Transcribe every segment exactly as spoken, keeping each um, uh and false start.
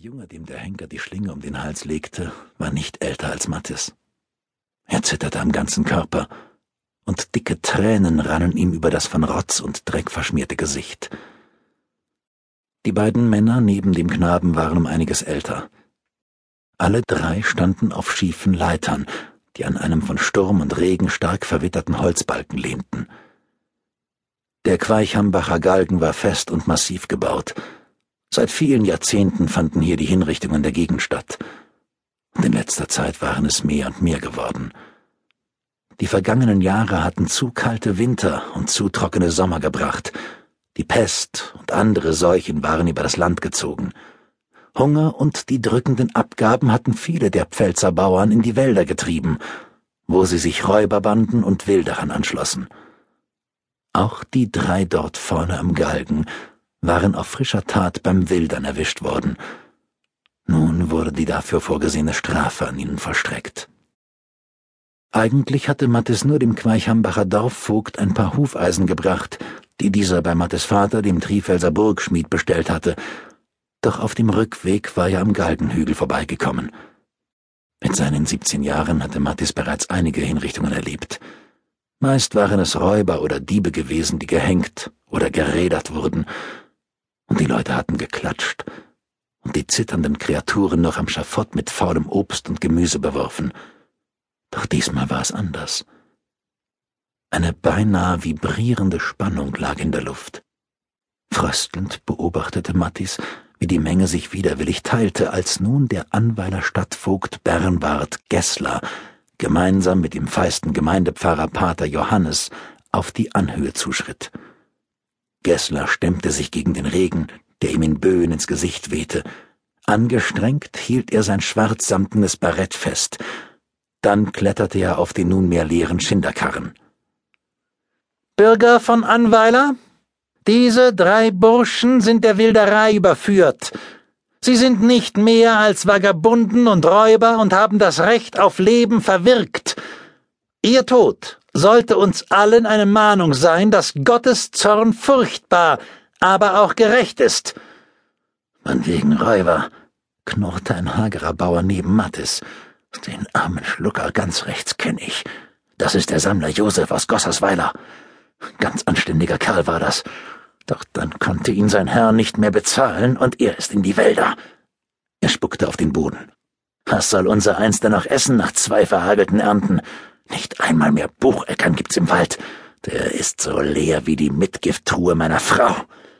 Junge, dem der Henker die Schlinge um den Hals legte, war nicht älter als Mattis. Er zitterte am ganzen Körper, und dicke Tränen rannen ihm über das von Rotz und Dreck verschmierte Gesicht. Die beiden Männer neben dem Knaben waren um einiges älter. Alle drei standen auf schiefen Leitern, die an einem von Sturm und Regen stark verwitterten Holzbalken lehnten. Der Queichhambacher Galgen war fest und massiv gebaut. Seit vielen Jahrzehnten fanden hier die Hinrichtungen der Gegend statt. Und in letzter Zeit waren es mehr und mehr geworden. Die vergangenen Jahre hatten zu kalte Winter und zu trockene Sommer gebracht. Die Pest und andere Seuchen waren über das Land gezogen. Hunger und die drückenden Abgaben hatten viele der Pfälzer Bauern in die Wälder getrieben, wo sie sich Räuberbanden und Wilderern anschlossen. Auch die drei dort vorne am Galgen waren auf frischer Tat beim Wildern erwischt worden. Nun wurde die dafür vorgesehene Strafe an ihnen vollstreckt. Eigentlich hatte Mattis nur dem Queichhambacher Dorfvogt ein paar Hufeisen gebracht, die dieser bei Mattis Vater, dem Trifelser Burgschmied, bestellt hatte, doch auf dem Rückweg war er am Galgenhügel vorbeigekommen. Mit seinen siebzehn Jahren hatte Mattis bereits einige Hinrichtungen erlebt. Meist waren es Räuber oder Diebe gewesen, die gehängt oder gerädert wurden, und die Leute hatten geklatscht und die zitternden Kreaturen noch am Schafott mit faulem Obst und Gemüse beworfen. Doch diesmal war es anders. Eine beinahe vibrierende Spannung lag in der Luft. Fröstelnd beobachtete Mattis, wie die Menge sich widerwillig teilte, als nun der Annweiler Stadtvogt Bernward Gessler gemeinsam mit dem feisten Gemeindepfarrer Pater Johannes auf die Anhöhe zuschritt. Gessler stemmte sich gegen den Regen, der ihm in Böen ins Gesicht wehte. Angestrengt hielt er sein schwarzsamtenes Barett fest. Dann kletterte er auf den nunmehr leeren Schinderkarren. »Bürger von Annweiler, diese drei Burschen sind der Wilderei überführt. Sie sind nicht mehr als Vagabunden und Räuber und haben das Recht auf Leben verwirkt. Ihr Tod sollte uns allen eine Mahnung sein, dass Gottes Zorn furchtbar, aber auch gerecht ist.« »Von wegen Räuber«, knurrte ein hagerer Bauer neben Mattis. »Den armen Schlucker ganz rechts kenne ich. Das ist der Sammler Josef aus Gossersweiler. Ganz anständiger Kerl war das. Doch dann konnte ihn sein Herr nicht mehr bezahlen, und er ist in die Wälder.« Er spuckte auf den Boden. »Was soll unser Eins denn noch essen nach zwei verhagelten Ernten? Nicht einmal mehr Bucheckern gibt's im Wald. Der ist so leer wie die Mitgifttruhe meiner Frau.«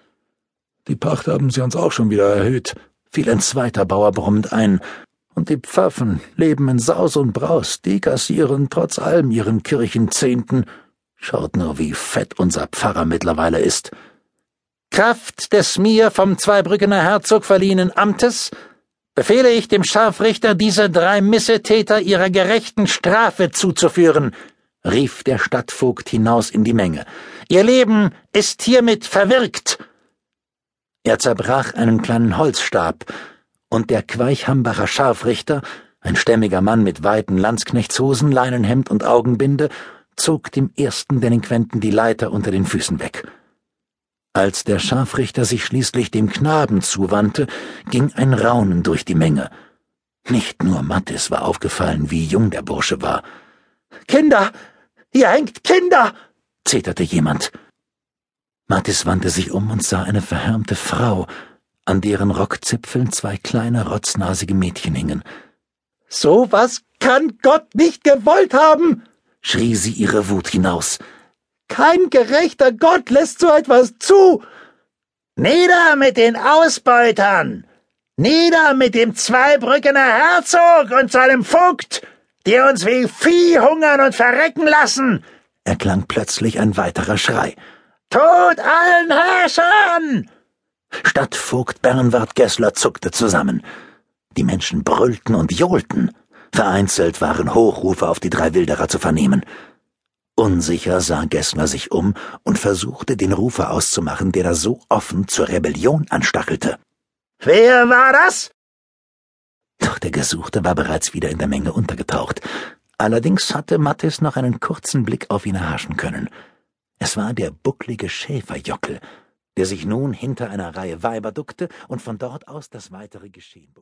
»Die Pacht haben sie uns auch schon wieder erhöht«, fiel ein zweiter Bauer brummend ein. »Und die Pfaffen leben in Saus und Braus, die kassieren trotz allem ihren Kirchenzehnten. Schaut nur, wie fett unser Pfarrer mittlerweile ist.« »Kraft des mir vom Zweibrückener Herzog verliehenen Amtes befehle ich dem Scharfrichter, diese drei Missetäter ihrer gerechten Strafe zuzuführen«, rief der Stadtvogt hinaus in die Menge. »Ihr Leben ist hiermit verwirkt.« Er zerbrach einen kleinen Holzstab, und der Queichhambacher Scharfrichter, ein stämmiger Mann mit weiten Landsknechtshosen, Leinenhemd und Augenbinde, zog dem ersten Delinquenten die Leiter unter den Füßen weg. Als der Scharfrichter sich schließlich dem Knaben zuwandte, ging ein Raunen durch die Menge. Nicht nur Mattis war aufgefallen, wie jung der Bursche war. »Kinder! Ihr hängt Kinder!« zeterte jemand. Mattis wandte sich um und sah eine verhärmte Frau, an deren Rockzipfeln zwei kleine, rotznasige Mädchen hingen. »So was kann Gott nicht gewollt haben«, schrie sie ihre Wut hinaus. »Kein gerechter Gott lässt so etwas zu!« »Nieder mit den Ausbeutern! Nieder mit dem Zweibrückener Herzog und seinem Vogt, die uns wie Vieh hungern und verrecken lassen!« erklang plötzlich ein weiterer Schrei. »Tod allen Herrschern!« Stadtvogt Bernward Gessler zuckte zusammen. Die Menschen brüllten und johlten. Vereinzelt waren Hochrufe auf die drei Wilderer zu vernehmen. Unsicher sah Gessler sich um und versuchte, den Rufer auszumachen, der da so offen zur Rebellion anstachelte. »Wer war das?« Doch der Gesuchte war bereits wieder in der Menge untergetaucht. Allerdings hatte Mattis noch einen kurzen Blick auf ihn erhaschen können. Es war der bucklige Schäferjockel, der sich nun hinter einer Reihe Weiber duckte und von dort aus das weitere Geschehen